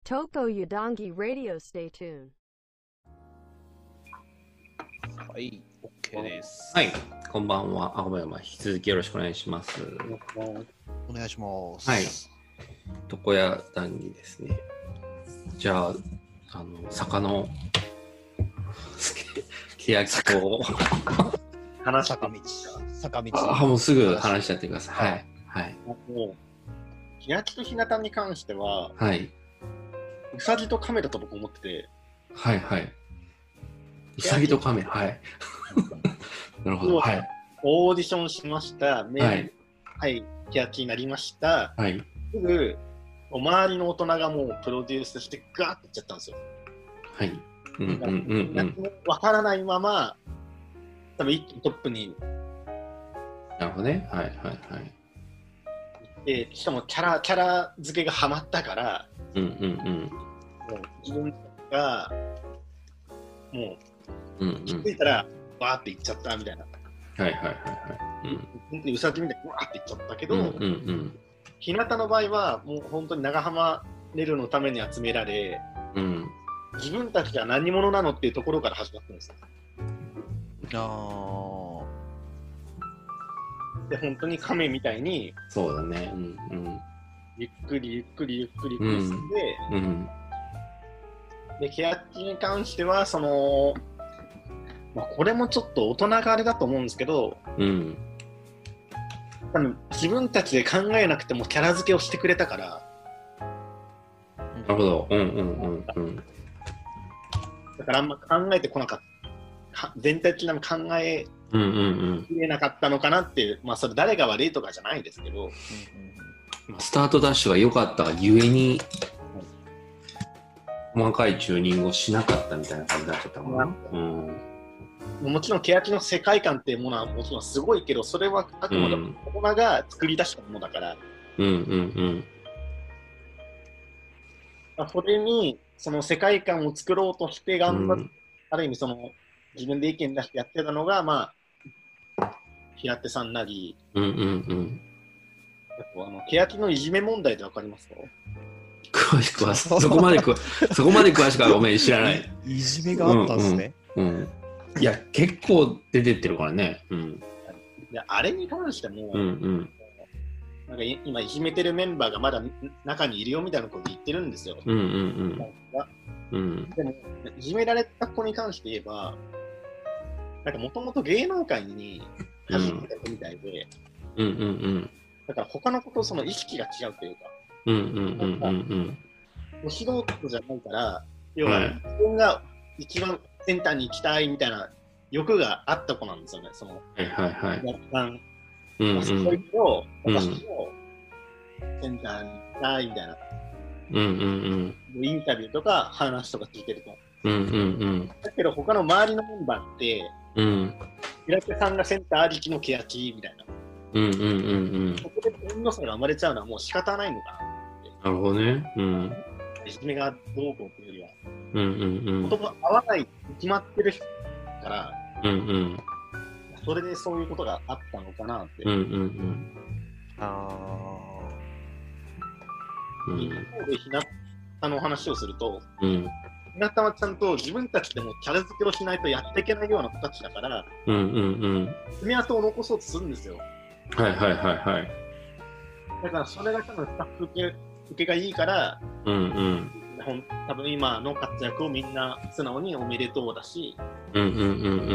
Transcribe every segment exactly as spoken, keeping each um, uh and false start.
Toko Yudongi Radio Stay tuned. はい、OK です。 はい、こんばんは。あ、ごめんごめん。引き続きよろしくお願いします。 お願いします。 はい。床屋談義ですね。じゃあ、あの、坂の、けやきと、 話坂道。坂道。 あ、もうすぐ話しちゃってください。はい。はい。 もう、けやきとひなたに関しては、 はい。 うさぎとカメだと僕思ってて。 はいはい。うさぎとカメ、はい。なるほど。はい。 オーディションしました。メはい。 はい、けやきになりました。 はい。 すぐ、周りの大人がもうプロデュースしてガーっていっちゃったんですよ。 はい。うんうんうんうん。 何もわからないまま、多分一気にトップに。 なるほどね。はいはいはい。 で、しかもキャラ、キャラ付けがハマったから、 うんうんうん。 もう自分が、もう、 うんうん、 気づいたら、わーっていっちゃったみたいな。 はいはいはいはい。うん、 本当にうさぎみたいにわーっていっちゃったけど、 うんうんうん、 日向の場合は、もう本当に長浜ネルのために集められ、 うん、 自分たちが何者なのっていうところから始まったんですよ。 あで、本当に亀みたいに、 そうだね。うんうん、 ゆっくりゆっくりゆっくり進んで、 うんうん、で、 ケヤキに関しては、その、まあ、これもちょっと大人があれだと思うんですけど、 うん、 多分自分たちで考えなくてもキャラ付けをしてくれたから。 なるほど。うんうんうんうん。 だからあんま考えてこなかった。全体的な考えきれなかったのかなっていう、まあそれ誰が悪いとかじゃないですけど、 スタートダッシュが良かったがゆえに、細かいチューニングをしなかったみたいな感じになっちゃったかな。うん、 もちろんケヤキの世界観っていうものはもちろんすごいけど、それはあくまで大人が作り出したものだから、 うんうんうん、それにその世界観を作ろうとして頑張っ、うん、ある意味その自分で意見出してやってたのが、まあ平手さんなり、 うんうんうん、 あのケヤキのいじめ問題ってわかりますか？ 詳しくはそこまでくそこまで詳しくはごめん知らない。 いじめがあったんですね。 うんうんうん、いや結構出てってるからね。うん、 いやあれに関しても、 うんうん、 なんか今いじめてるメンバーがまだ中にいるよみたいなこと言ってるんですよ。 うんうんうん、 でもいじめられた子に関して言えば、なんかもともと芸能界に始めた子みたいで、 うんうんうん、 だから他の子とその意識が違うというか。 うんうんうんうんうん。素人じゃないから、要は自分が一番センターに行きたいみたいな欲があった子なんですよね。そのはいはいはい。 一番、うんうん、そういう子を私もセンターに行きたいみたいな、 うんうんうん、 インタビューとか話とか聞いてると。 うんうんうん、 だけど他の周りのメンバーって、 うん、 平手さんがセンターありきのケヤキみたいな。 うんうんうんうん。 そこで温度差が生まれちゃうのはもう仕方ないのかな。 なるほどね。うん。 いじめがどうこうというよりは、 うんうんうん。 言葉合わない決まってる人から、 うんうん。 それでそういうことがあったのかなって。 うんうんうん。 ああ。一方で日向の話をすると、 うん、 日向はちゃんと自分たちでもキャラ付けをしないとやっていけないような子たちだから、 うんうんうん。 爪痕を残そうとするんですよ。 はいはいはいはい。 だからそれが多分スタッフ受け受けがいいから、 うんうん、 多分今の活躍をみんな素直におめでとうだし、 うんうんうんうん、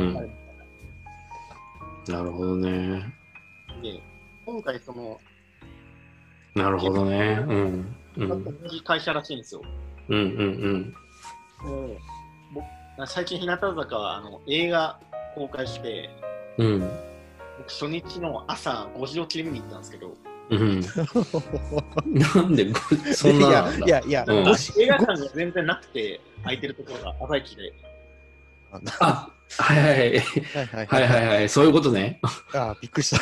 なるほどね。 で今回そのなるほどね。うんうん、同じ会社らしいんですよ。 うんうんうん。 もう僕最近日向坂はあの映画公開して、 うん、 僕初日の朝ごじ起きで見に行ったんですけど。 うん、なんでそんな。 いやいやいや、 うん、映画館が全然なくて空いてるところが朝一で。 あ、はいはいはいはいはいはい、そういうことね。 あ、びっくりした。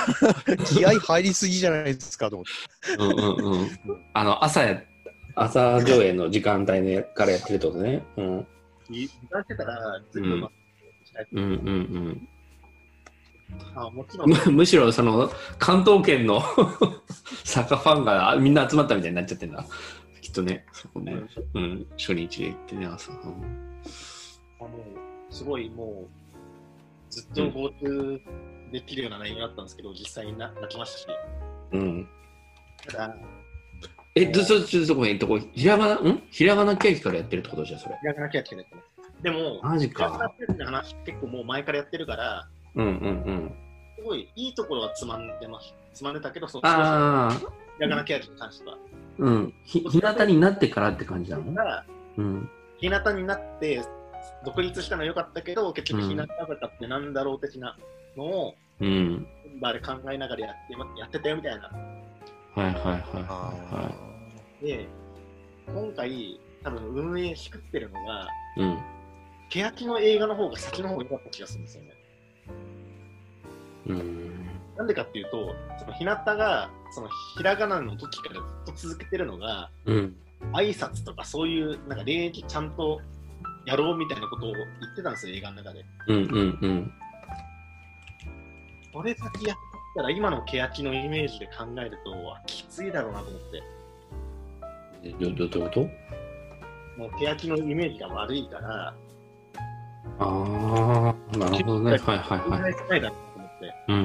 気合入りすぎじゃないですかと思って。 うんうんうん。あの朝や朝上映の時間帯でからやってるってことね。うん。 時間してたらずっと待ってしたい。 うんうんうん。 あ、もちろんむ, むしろその関東圏のサッカーファンがみんな集まったみたいになっちゃってんだ。 きっとね、そこね、うん、うん、初日で行ってね、朝。うん、 あのすごいもう、ずっと GoTo できるような内容だったんですけど、実際にな泣きましたし。 うん。ただ、 え、ど、そ、ちょっとそこに、とこ、ひらがな、んひらがなケーキからやってるってことじゃ、それ。 ひらがなケーキからやってます。でも、 マジか。 ひらがなケーキの話結構もう前からやってるから、 うんうんうん。 すごいいいところはつまんでます。つまんでたけど、そっちああ。 ひらがなケーキに関しては。 うん。ひ、ひなたになってからって感じなの？うん。 ひなたになって、独立したのは良かったけど、結局ひなた坂ってなんだろう的なのを、 うん。 メンバーで考えながらやってやってたよみたいな。 はいはいはいはい。 で、今回、多分運営しくってるのが、 うん。 欅の映画の方が先の方が良かった気がするんですよね。 うん。 なんでかっていうと、その日向がそのひらがなの時からずっと続けてるのが、 うん、 挨拶とかそういうなんか礼儀ちゃんとやろうみたいなことを言ってたんですよ、映画の中で。 うんうんうん。 これ先やったら今の欅のイメージで考えるときついだろうなと思って。 え、どどどういうこと？ もう欅のイメージが悪いから。 ああ、なるほどね。はいはいはい。 ないだろうと思って。 うんうんうん。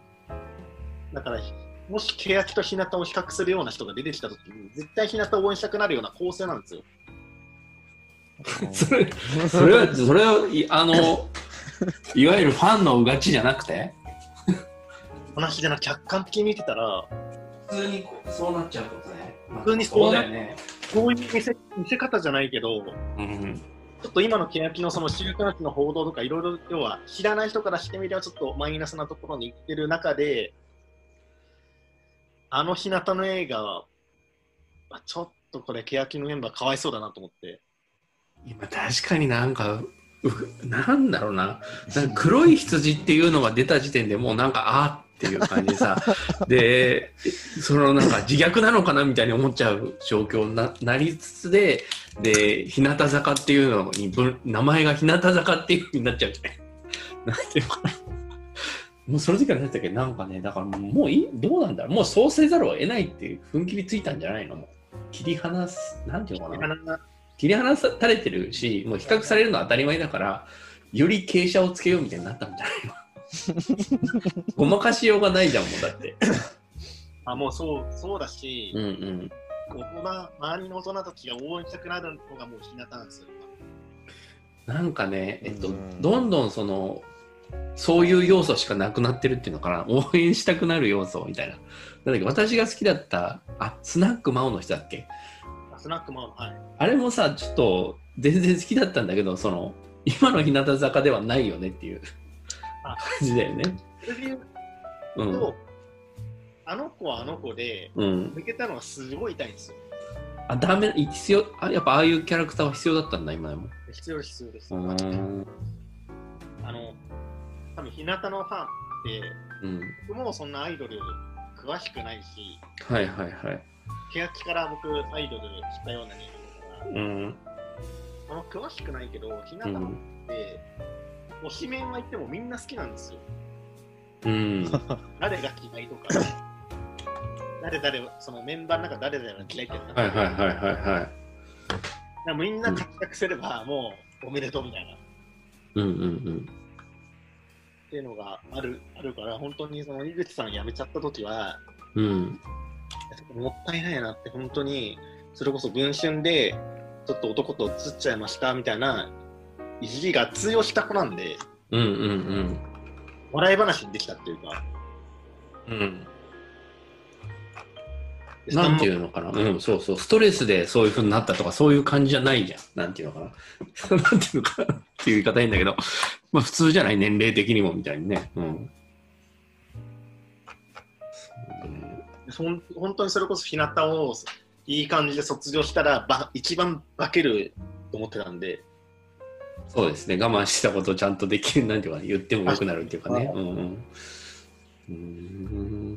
だからもし欅と日向を比較するような人が出てきたときに絶対日向を応援したくなるような構成なんですよ。 それそれはそれはあのいわゆるファンのうがちじゃなくて話じゃなく客観的に見てたら普通にそうなっちゃうことね。 普通にそうだよね。そういう見せ見せ方じゃないけど、うん、ちょっと今の欅のその週刊誌の報道とかいろいろ要は知らない人からしてみればちょっとマイナスなところに行ってる中で。あの日向の映画は、ちょっとこれ、欅のメンバーかわいそうだなと思って。 今、確かになんか、なんだろうな、なんか黒い羊っていうのが出た時点でもうなんか、あーっていう感じでさ、で、そのなんか自虐なのかなみたいに思っちゃう状況に な, なりつつで、で、日向坂っていうのに、名前が日向坂っていう風になっちゃうじゃない。なんていうのかな。もうその時から何だったっけ、なんかね、だからもういい、どうなんだろう、もうそうせざるを得ないっていう踏ん切りついたんじゃないの？もう切り離す、なんていうのかな、切り離されてるし、もう比較されるのは当たり前だから、より傾斜をつけようみたいになったんじゃないの？ごまかしようがないじゃん、もうだって。 あ、もうそう、そうだし、 うんうん、 大人、周りの大人たちが応援したくなるのがもう日向なんですよ。 なんかね、えっと、どんどんその、そういう要素しかなくなってるっていうのかな、応援したくなる要素みたいな。なんだっけ、私が好きだった、あ、スナックマオの人だっけ？ スナックマオ、はい。 あれもさ、ちょっと全然好きだったんだけど、その、今の日向坂ではないよねっていう感じだよね。 それで言うと、うん、あの子はあの子で、うん、抜けたのはすごい痛いんですよ。 あ、ダメ、必要、あ、やっぱああいうキャラクターは必要だったんだ、今でも。 必要です、必要です。 うん、 あの、多分日向のファンって、うん、僕もそんなアイドル詳しくないし、 はいはいはい。 欅から僕アイドル知ったような人間だから、うん、あの詳しくないけど、日向って、うん、推しメンは言ってもみんな好きなんですよ。うん、誰が嫌いとか、誰誰そのメンバーの中誰々が嫌いってやつはいはいはいはいはい。 みんな活躍すればもうおめでとうみたいな。 うんうんうん。 っていうのがあるあるから本当にその井口さん辞めちゃった時は、 うん、 もったいないなって本当にそれこそ文春でちょっと男と写っちゃいましたみたいないじりが通用した子なんで、 うんうんうん、 笑い話にできたっていうか、 うん、なんていうのかな、うん、そうそう、ストレスでそういう風になったとかそういう感じじゃないじゃん、なんていうのかななんていうのかなっていう言い方いいんだけど、まあ普通じゃない、年齢的にもみたいにね。うん。 そん本当にそれこそ日向をいい感じで卒業したらば一番化けると思ってたんで。 そうですね、我慢したことをちゃんとできる、なんていうか、ね、言ってもよくなるっていうかね。うんうん。うーん。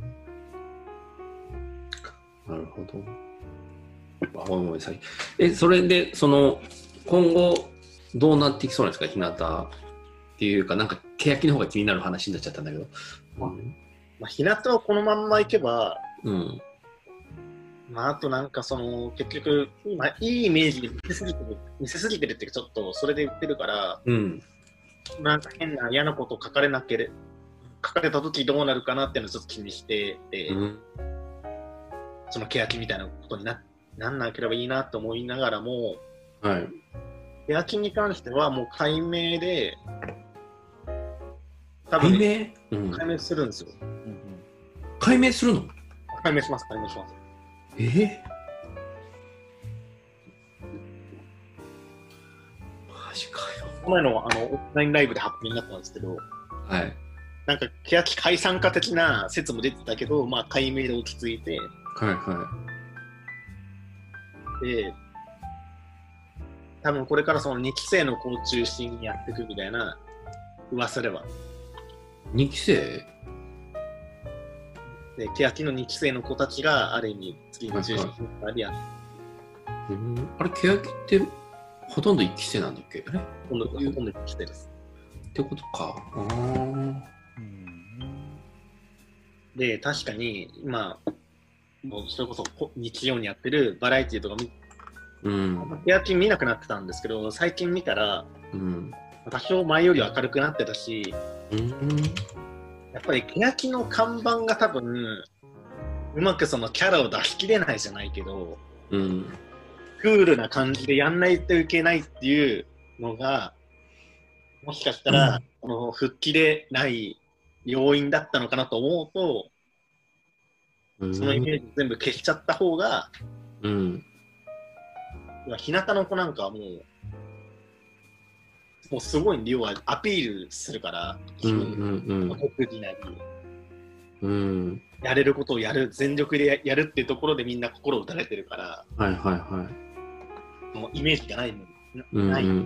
なるほど。あ、ごめんごめんなさい。え、それで、その、今後、どうなっていきそうなんですか、日向っていうか、なんか、欅の方が気になる話になっちゃったんだけど。 まあ、まあ、日向はこのまんまいけば、 うん、 まあ、あとなんかその、結局、今、いいイメージ見せすぎてる、見せすぎてるっていうか、ちょっとそれで言ってるから、 うん。 なんか変な嫌なこと書かれなけれ書かれた時どうなるかなっていうのをちょっと気にしてて、うん、その欅みたいなことに な, なんなければいいなと思いながらも、 はい、 欅に関してはもう解明で、 多分、ね、 解明、うん、解明するんですよ。うんうん、 解明するの？ 解明します、解明します。 えー、マジかよ。 この前のあのオンラインライブで発表になったんですけど、 はい。 なんか欅解散化的な説も出てたけど、まあ解明で落ち着いて、 はいはい。 で、多分これからそのにき生の子を中心にやっていくみたいな噂では。 にき生？ で、欅のにき生の子たちがある意味次の中心になりやす。うん。あれ欅ってほとんどいっき生なんだっけ？あれ？ ほとんどほとんどいっき生です。 ってことか。ああ。 で、確かに今、もうそれこそ日曜にやってるバラエティーとか見、 うん、 欅見なくなってたんですけど、最近見たら、うん、多少前より明るくなってたし、うん、やっぱり欅の看板が多分、うまくそのキャラを出しきれないじゃないけど、うん、クールな感じでやんないといけないっていうのが、もしかしたら、うん、この復帰でない要因だったのかなと思うと、うん、そのイメージ全部消しちゃった方が、うん、日向の子なんかはもう、もうすごい量はアピールするから、特技なり、うん、やれることをやる、全力で や, やるっていうところでみんな心を打たれてるから、 はいはいはい、 もうイメージがないもん、ない。うんうんうん、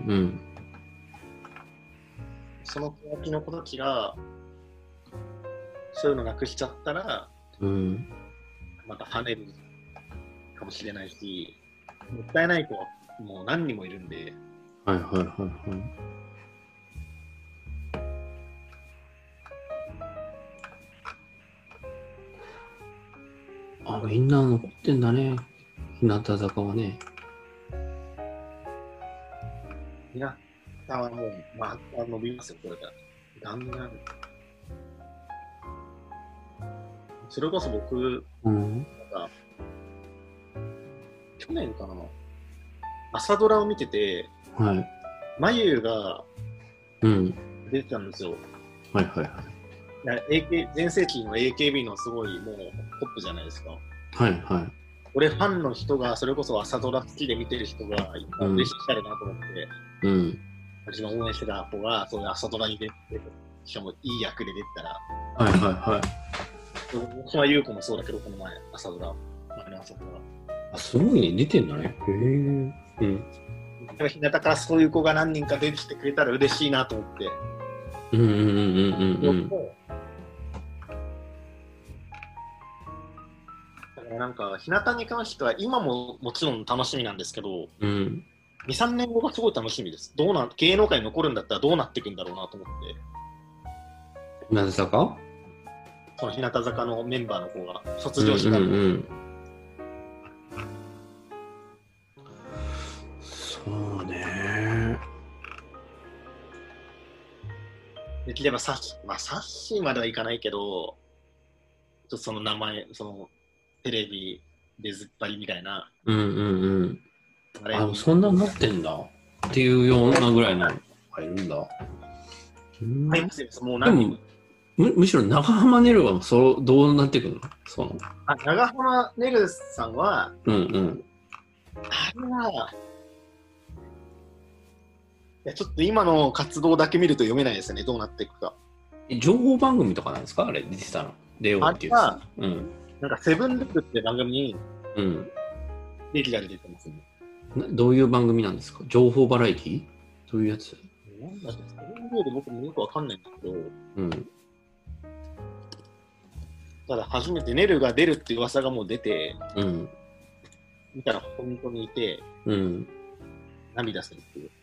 その欅の子たちが、そういうのなくしちゃったら、うん、また跳ねるかもしれないし、もったいない子はもう何人もいるんで。 はいはいはいはい。あ、みんな残ってんだね、日向坂はね。 日向はもう、まあ、伸びますよ、これから。ガンガン。それこそ僕、うん、なんか去年かな、朝ドラを見てて、はい、眉が出てたんですよ。 うん、はいはいはい。 エーケー 全盛期の エーケービー のすごいもうトップじゃないですか。 はいはい。 俺ファンの人がそれこそ朝ドラ好きで見てる人がいっぱい嬉しいなと思って、うん、私の応援してた子がそういう朝ドラに出て、しかもいい役で出てたら、 はいはいはい。 大島優子もそうだけど、この前、朝ドラ、前の朝ドラ。 あ、すごいね、出てんだね。へぇー。うん。 日向からそういう子が何人か出てきてくれたら嬉しいなと思って。 うんうんうんうんうん。だからなんか、日向に関しては、今ももちろん楽しみなんですけど、 うん、 に、さんねんごがすごい楽しみです。どうな、芸能界に残るんだったらどうなっていくんだろうなと思って。 なぜさかその日向坂のメンバーの子が卒業した、うんうんうん、 そうね。 できればサッシー、まあサッシーまではいかないけど、ちょっとその名前、そのテレビでずっぱりみたいな。 うんうんうん。あれ、あ、そんなになってんだっていうようなぐらいの入るんだ。 入ってるんです。もう何人む, むしろ長濱ねるはそうどうなってくるの？そのあ、長濱ねるさんは、 うんうん、 あれは、いやちょっと今の活動だけ見ると読めないですね、どうなっていくか。 情報番組とかなんですか、あれ、出てたの。レオっていうあれは、うん、なんかセブンルックって番組に、 うん、 レギュラーで出てますね。 どういう番組なんですか？情報バラエティ？どういうやつ？ なんだっけ、セブンルークで僕もよくわかんないんですけど、うん。ただ初めてネルが出るって噂がもう出て、うん、見たら本当にいて、うん、涙するっていう。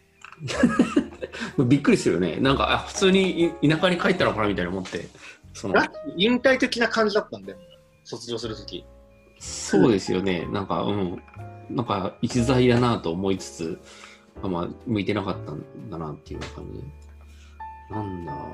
びっくりするよね。なんかあ普通に田舎に帰ったのかなみたいな思って。その引退的な感じだったんだよ、卒業するとき。 そうですよね。なんか、うん。なんか、逸材だなと思いつつ、あまあ、向いてなかったんだなっていう感じ。なんだ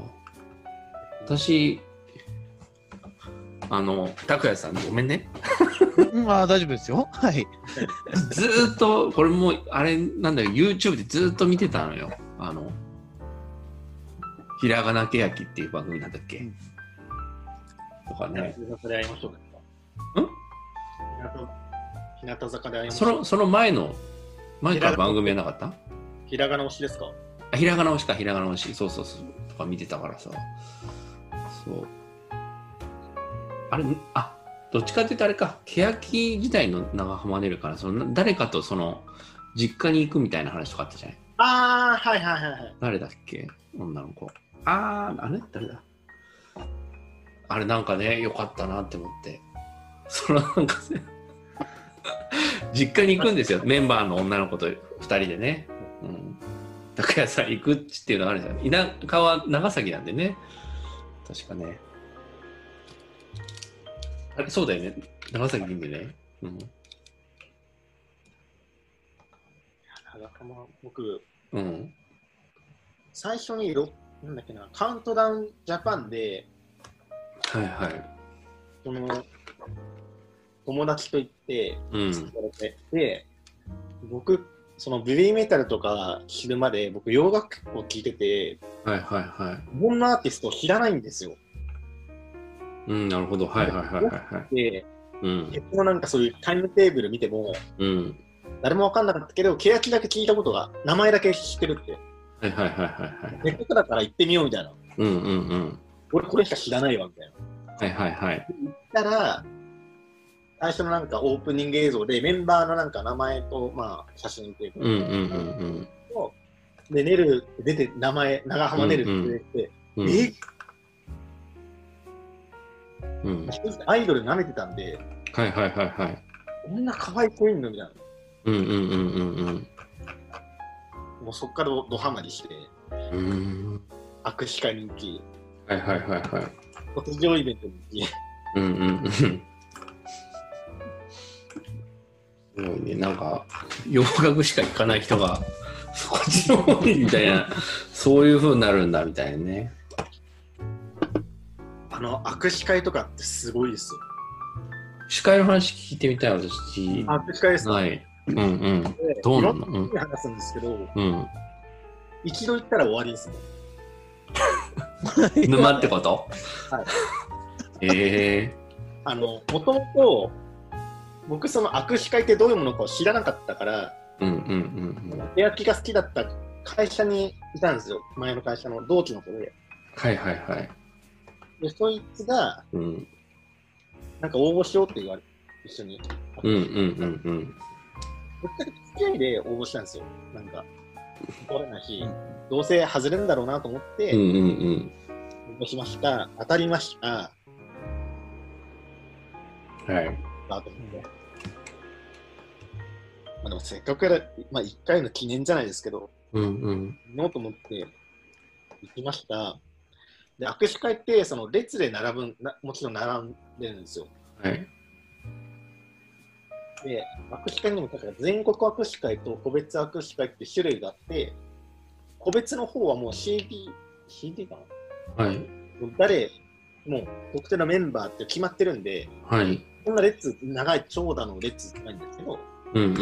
私、あの、拓也さん、ごめんね。 まあ、大丈夫ですよ。はい。 ずーっと、これも、あれ、なんだよ、YouTube でずーっと見てたのよ。あの、ひらがなけやきっていう番組なんだっけ、うん、とかね。 日向坂で会いましょうか。 ん日向坂で会いましょう。その、その前の、前から番組はなかった？ ひらがな推しですか？ あ、ひらがな推しか、ひらがな推し。そうそうそう。とか見てたからさ。そう。あれ、あ、どっちかっていうとあれか、欅時代の長浜ねるから、その誰かとその実家に行くみたいな話とかあったじゃない？ ああ、はいはいはいはい。 誰だっけ？女の子。ああ、あれ誰だ？あれなんかね、よかったなって思って。そのなんかね、実家に行くんですよ。メンバーの女の子とふたりでね。うん。高谷さん行くっていうのがあるんですよ。田舎は長崎なんでね。確かね。あれ、そうだよね。長崎でね。うん。 長浜、僕、 うん。 最初にロ、なんだっけな、カウントダウンジャパンで、 はいはい。 その、友達と行って、 うん、 で、僕、そのベビーメタルとか知るまで、僕、洋楽を聴いてて、 はいはいはい。 日本のアーティストを知らないんですよ。 うん、なるほど。はいはいはいはい。 で、 うん。 結構なんかそういうタイムテーブル見ても、 うん。 誰も分かんなかったけど、欅だけ聞いたことが、名前だけ知ってるって。 はいはいはいはいはい。 せっかくだから行ってみようみたいな。 うんうんうん。 俺これしか知らないわみたいな。はいはいはい。 行ったら、最初のなんかオープニング映像でメンバーのなんか名前と、まあ、写真っていうか、 うんうんうんうん。 で、ネルって出て、名前、長浜ネルって出てて、うんうん、えうん、アイドル舐めてたんで、 はいはいはいはい。 こんな可愛い子いんのみたいな。 うんうんうんうんうん。 もうそっからドハマりして、 うん。 握手会人気。 はいはいはいはい。 卒業イベント人気。 うんうんうん。すごいね、なんか、洋楽しか行かない人が、こっちの方にみたいな、そういう風になるんだみたいなね。 あの、握手会とかってすごいですよ。 司会の話聞いてみたい、私。 握手会ですか？ はい。うんうん。どうなの？うん。 話すんですけど、 うん。 一度行ったら終わりですね。 沼ってこと？ はい。 ええー。 あの、もともと、僕その握手会ってどういうものかを知らなかったから、 うんうんうんうん。 欅が好きだった会社にいたんですよ。前の会社の同期の子で。 はいはいはい。 で、そいつが、 うん、 なんか応募しようって言われて、一緒に。 うんうんうんうん。 ぶっちゃけ付き合いで応募したんですよ。なんか、取れないし、どうせ外れるんだろうなと思って、 うんうんうん、 応募しました。当たりました。 はい。 だと思って。まあでもせっかくやら、まあ一回の記念じゃないですけど、 うんうん。 見ようと思って行きました。で、握手会って、その列で並ぶな、もちろん並んでるんですよ。 はい。 で、握手会にも、だから全国握手会と個別握手会って種類があって、個別の方はもう シーディー、シーディー かな？ はい。 誰、もう特定のメンバーって決まってるんで、 はい。 そんな列、長い長蛇の列じゃないんですけど、 うんうんうん。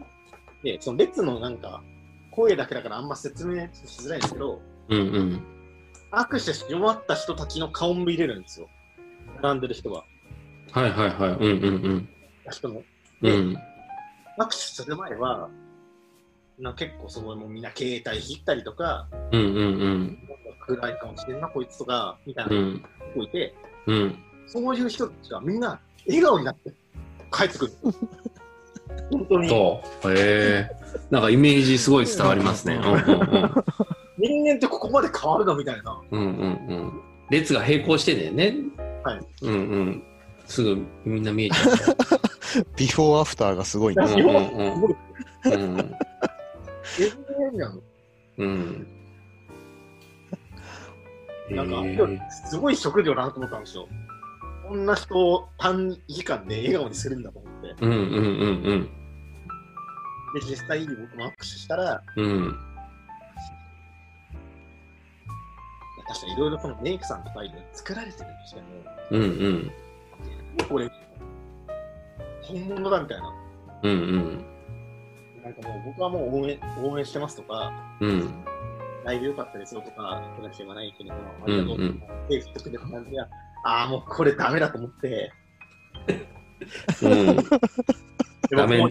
で、その列のなんか、声だけだからあんま説明しづらいんですけど、 うんうん。 握手し終わった人たちの顔も入れるんですよ。並んでる人は。 はいはいはい。うんうんうん。 人の。 うん。 握手する前は、な結構すごいもうみんな携帯いったりとか、 うんうんうん。 暗い顔してんなこいつとか、みたいな人いて、 うん、 そういう人たちがみんな笑顔になって帰ってくる。本当に。 そう。へえ。なんかイメージすごい伝わりますね。うんうんうん。 人間ってここまで変わるのみたいな。 うんうんうん。列が並行してんだよね。 はい。 うんうん。すぐみんな見えちゃう。 ビフォーアフターがすごいね。 うんうんうん。うん。うん。 なんか、すごい職業だなと思ったんですよ。 こんな人を短時間で笑顔にするんだと思って。 うんうんうんうん。 で、実際僕も握手したら、 うん。 確かにいろいろこのメイクさんとか作られてるとしても、 うんうん。 これ、本物だみたいな。 うんうん。 なんかもう僕はもう応援応援してますとか、 うん。 ライブ良かったですよとか、私は言わないけれども、ありがとうございます。手振ってくれた感じが、ああ、もうこれダメだと思って、 うん。ダメ。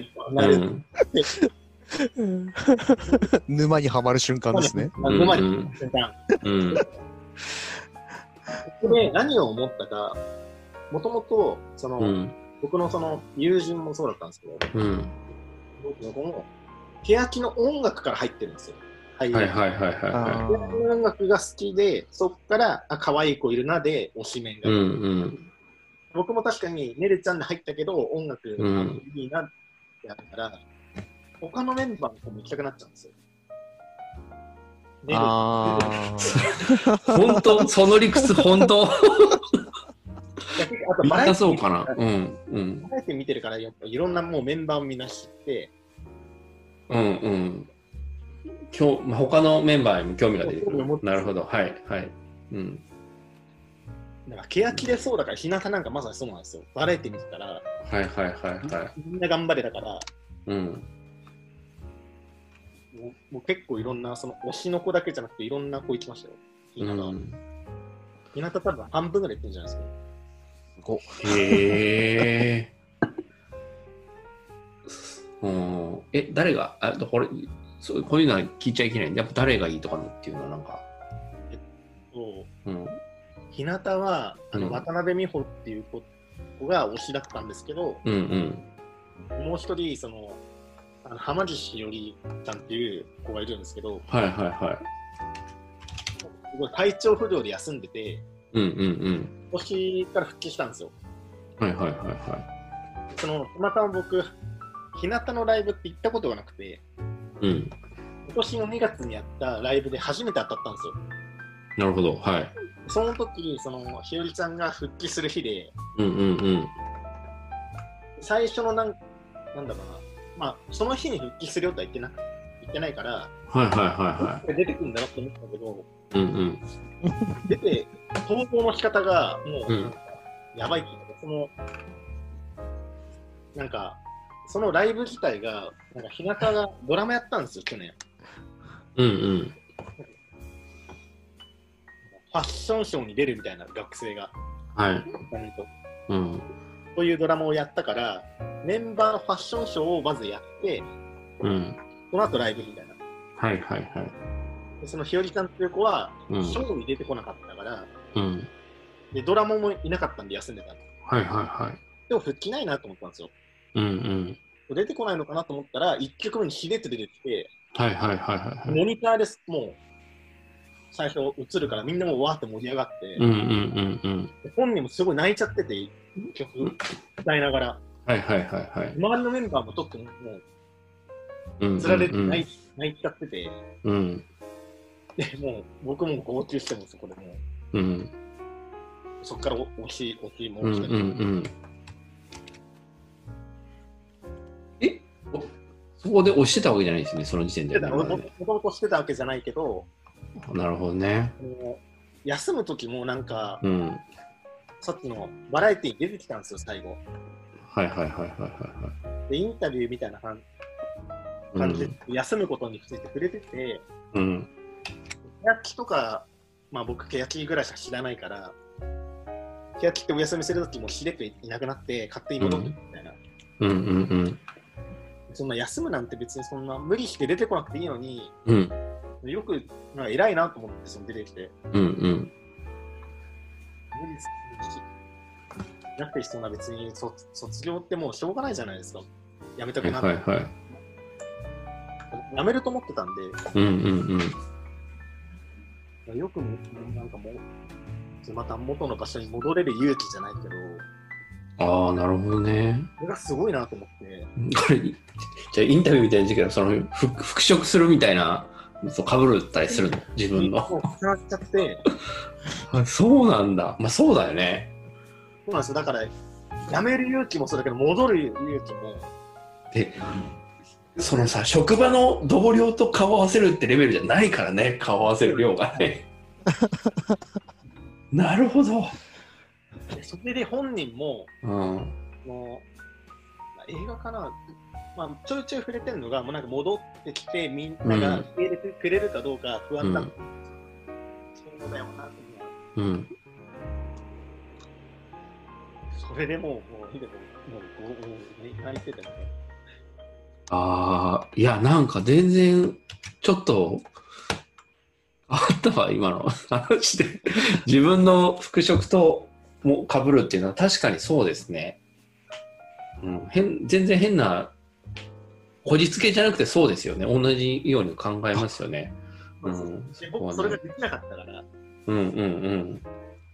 うん、沼にはまる瞬間ですね。 沼にはまる瞬間。うん。ここで何を思ったか、もともと、その、うん、僕のその友人もそうだったんですけど、うん、僕のこの、欅の音楽から入ってるんですよ。はいはいはいはいはい。音楽が好きで、そっから、あ、可愛い子いるなで、推しメンが、うんうん。僕も確かに、ねるちゃんで入ったけど、音楽いいなってやったら、うん、他のメンバーの子も行きたくなっちゃうんですよ。 ああ。本当その理屈、本当あとバラエティーそうかな。うんうん。 バラエティー見てるから、やっぱいろんなもうメンバーをみんな知って、 うんうん。今日他のメンバーにも興味が出てくる。なるほど、はいはい。うん。 なんか欅でそうだから、日向なんかまさにそうなんですよ。バラエティー見てたら、 はいはいはいはい。 みんな頑張れだから、 うん。 もうもう結構いろんな、その推しの子だけじゃなくて、いろんな子行きましたよ。日向は。うん、日向多分半分ぐらい行ってるんじゃないですか。 ごへー。うん。え、誰が、あ、これ、そう、こういうのは聞いちゃいけないんで、やっぱ誰がいいとかのっていうのはなんか。 えっと、 うん、 日向は、あの、うん、渡辺美穂っていう子が推しだったんですけど、 うんうん、もう一人、その、あの浜地しおりちゃんっていう子がいるんですけど、 はいはいはい。 すごい体調不良で休んでて、 うんうんうん。 今年から復帰したんですよ。 はいはいはいはい。 その、たまたま僕、日向のライブって行ったことがなくて、 うん、 今年のにがつにやったライブで初めて当たったんですよ。 なるほど、はい。 その時、そのひよりちゃんが復帰する日で、 うんうんうん、 最初のなん、なんだろうな、まあ、その日に復帰するよとは言ってな、言ってないから、 はいはいはいはい。 出てくるんだなって思ったけど、 うんうん、 出て、登場の仕方がもう、うん、やばいっていうか、その、なんか、そのライブ自体が、なんか日向がドラマやったんですよ、去年。 うんうん。 ファッションショーに出るみたいな学生が。 はい。うん。 そういうドラマをやったから、メンバーのファッションショーをまずやって、 うん。 その後ライブみたいな。 はいはいはい。 でそのひよりちゃんっていう子は、うん、ショーに出てこなかったから、 うん。 で、ドラマもいなかったんで休んでたの。 はいはいはい。 でも復帰ないなと思ったんですよ。 うんうん。 出てこないのかなと思ったら、いっきょくめにしれっと出てきて、 はいはいはいはい。 モニターです、もう、最初映るからみんなもわーって盛り上がって、 うんうんうんうん。 本人もすごい泣いちゃってて、曲歌いながら。 はいはいはいはい。 周りのメンバーも特にもう、つられて泣いちゃってて、 うん。 で、もう僕も号泣してもそこでもう、うん。 そこから推し、推しも推して、うんうんうん。えそこで押してたわけじゃないですね、その時点で。 もともとしてたわけじゃないけど、 なるほどね。 休む時もなんか、 うん、 さっきのバラエティーに出てきたんですよ、最後。 はいはいはいはいはい。 で、インタビューみたいな感じで、うん、休むことについて触れてて、 うん。 欅とか、まあ僕、欅ぐらいしか知らないから、欅ってお休みする時もしれっといなくなって、勝手に戻ってみたいな。 うんうんうんうん。 そんな休むなんて別にそんな無理して出てこなくていいのに、 うん、 よくなんか偉いなと思ってその出てきて。 うんうん。無理しなくてそんな別に卒卒業ってもうしょうがないじゃないですか。やめたくなって。 はいはいはい。 やめると思ってたんで。 うんうんうん。よくなんかもうまた元の場所に戻れる勇気じゃないけど。 ああ、なるほどね。 これがすごいなと思って。 これ、じゃあインタビューみたいな時期はその復職するみたいな、そう被るったりするの自分の。 もう重なっちゃって。 そうなんだ。まあそうだよね。 そうなんですよ。だから、辞める勇気もそうだけど、戻る勇気も。 で、そのさ、職場の同僚と顔合わせるってレベルじゃないからね、顔合わせる量がね。なるほど。 それで本人も、 うん、 もう映画かな、まあ、ちょいちょい触れてるのが、もうなんか戻ってきて、みんなが受け入れてくれるかどうか不安だったんです、うん、そうだよなって、うん、それでもう、もう、でも、もう、もう、何言っててもね。 ああ、いや、なんか全然、ちょっと、あったわ、今の話で。自分の復職とも被るっていうのは確かにそうですね。うん、変全然変な、こじつけじゃなくてそうですよね。同じように考えますよね。 うん、そこはね、僕それができなかったから。 うんうんうん。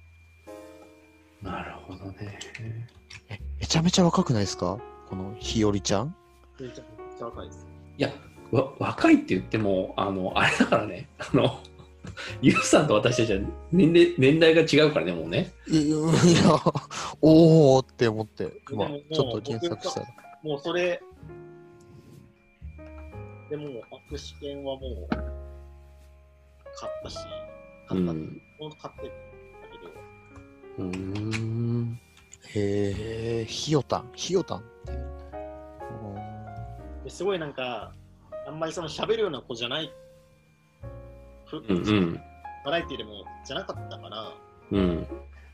なるほどね。 え、めちゃめちゃ若くないですか、このひよりちゃん。 めちゃめちゃ若いです。 いや、わ若いって言っても、あの、あれだからね、あの、ゆうさんと私たちは年齢、年代が違うからね、もうね。 いや、おーって思って、今、ちょっと検索したら。 もうそれ、でも、握手券はもう、買ったし、買った、うん、もう買ってるんだけど。 うーん。 へー、ひよたん、ひよたんっていう。 すごいなんか、あんまりその喋るような子じゃない。 うんうん、 バラエティでもじゃなかったから、 うん、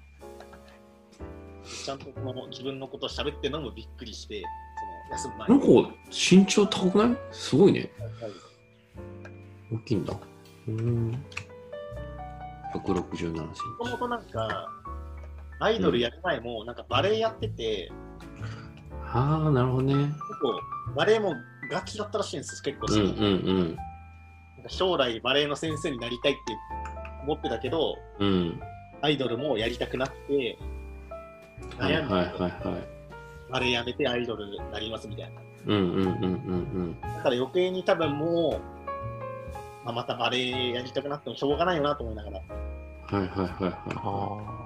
ちゃんとこの自分のことを喋ってるのもびっくりして、その休む前に。なんか身長高くない？すごいね。はい、大きいんだ。うん。ひゃくろくじゅうななセンチ。 もともとなんか、アイドルやる前もなんかバレエやってて、 うん、ああ、なるほどね。 結構バレエもガチだったらしいんです結構好き、 うんうんうん、 将来バレエの先生になりたいって思ってたけど、 うん、 アイドルもやりたくなって悩んで、はいはいはいはい、バレエやめてアイドルになりますみたいな、 うんうんうんうんうん、 だから余計に多分もう、まあ、またバレエやりたくなってもしょうがないよなと思いながら、 はいはいはいはい、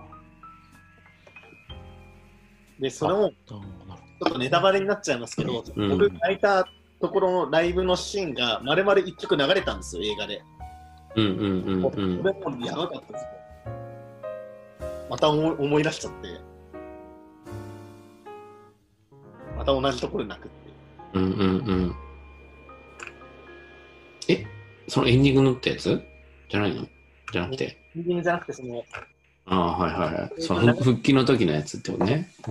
でそれもちょっとネタバレになっちゃいますけど、うん、僕が泣いたところのライブのシーンが丸々一曲流れたんですよ、映画で。 うんうんうんうん。 それもやばかったですよ。また思い、思い出しちゃって、また同じところで泣くって。 うんうんうん。え、そのエンディングのってやつじゃないの？じゃなくて。 エンディングじゃなくて、その。 ああ、はいはいはい。その復帰の時のやつってことね。うん、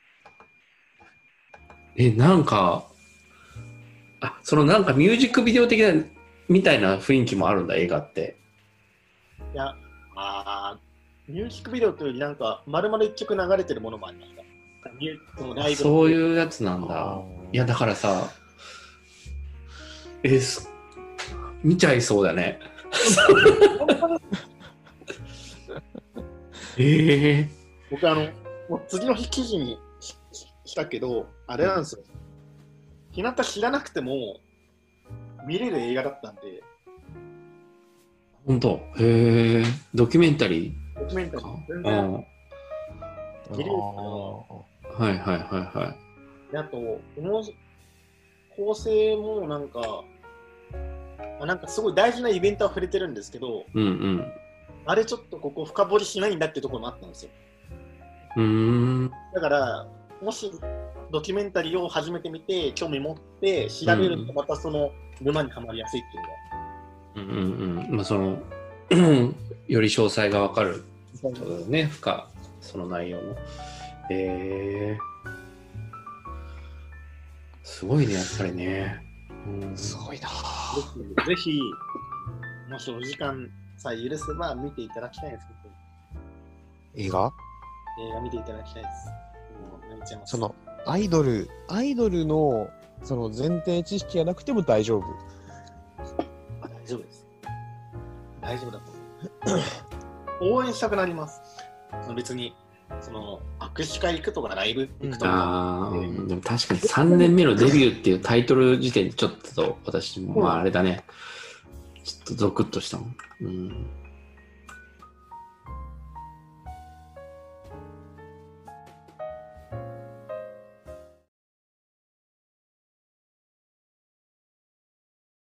え、なんか、あ、そのなんかミュージックビデオ的なみたいな雰囲気もあるんだ、映画って。 いや、あミュージックビデオというよりなんか丸々一曲流れてるものもありました。そのライブそういうやつなんだ。いやだからさ、えす見ちゃいそうだね。えー、 僕あのもう次の日記事に し, したけどあれなんですよ。日向知らなくても見れる映画だったんで。 本当？へえ。ドキュメンタリー？ドキュメンタリー。全然見れるから。 はいはいはいはい。 であと構成もなんかなんかすごい大事なイベントは触れてるんですけど、 うんうん、 あれちょっとここ深掘りしないんだってところもあったんですよ。 うーん。 だからもしドキュメンタリーを初めて見て興味持って調べるとまたその沼にはまりやすいっていうのが、 うんうんうん、まあそのより詳細が分かるそうだね、深その内容の。えー、すごいねやっぱりね。 うん、すごいな。 ぜひもしお時間さえ許せば見ていただきたいですけど。 映画？ 映画見ていただきたいです。もう泣いちゃいます。 そのアイドル、アイドルのその前提知識がなくても大丈夫。 あ、大丈夫です。大丈夫だと思う。応援したくなります。別にその握手会行くとかライブ行くとか。 ああ、でも確かにさんねんめのデビューっていうタイトル時点でちょっと私もまああれだね。ちょっとゾクッとしたもん。うん。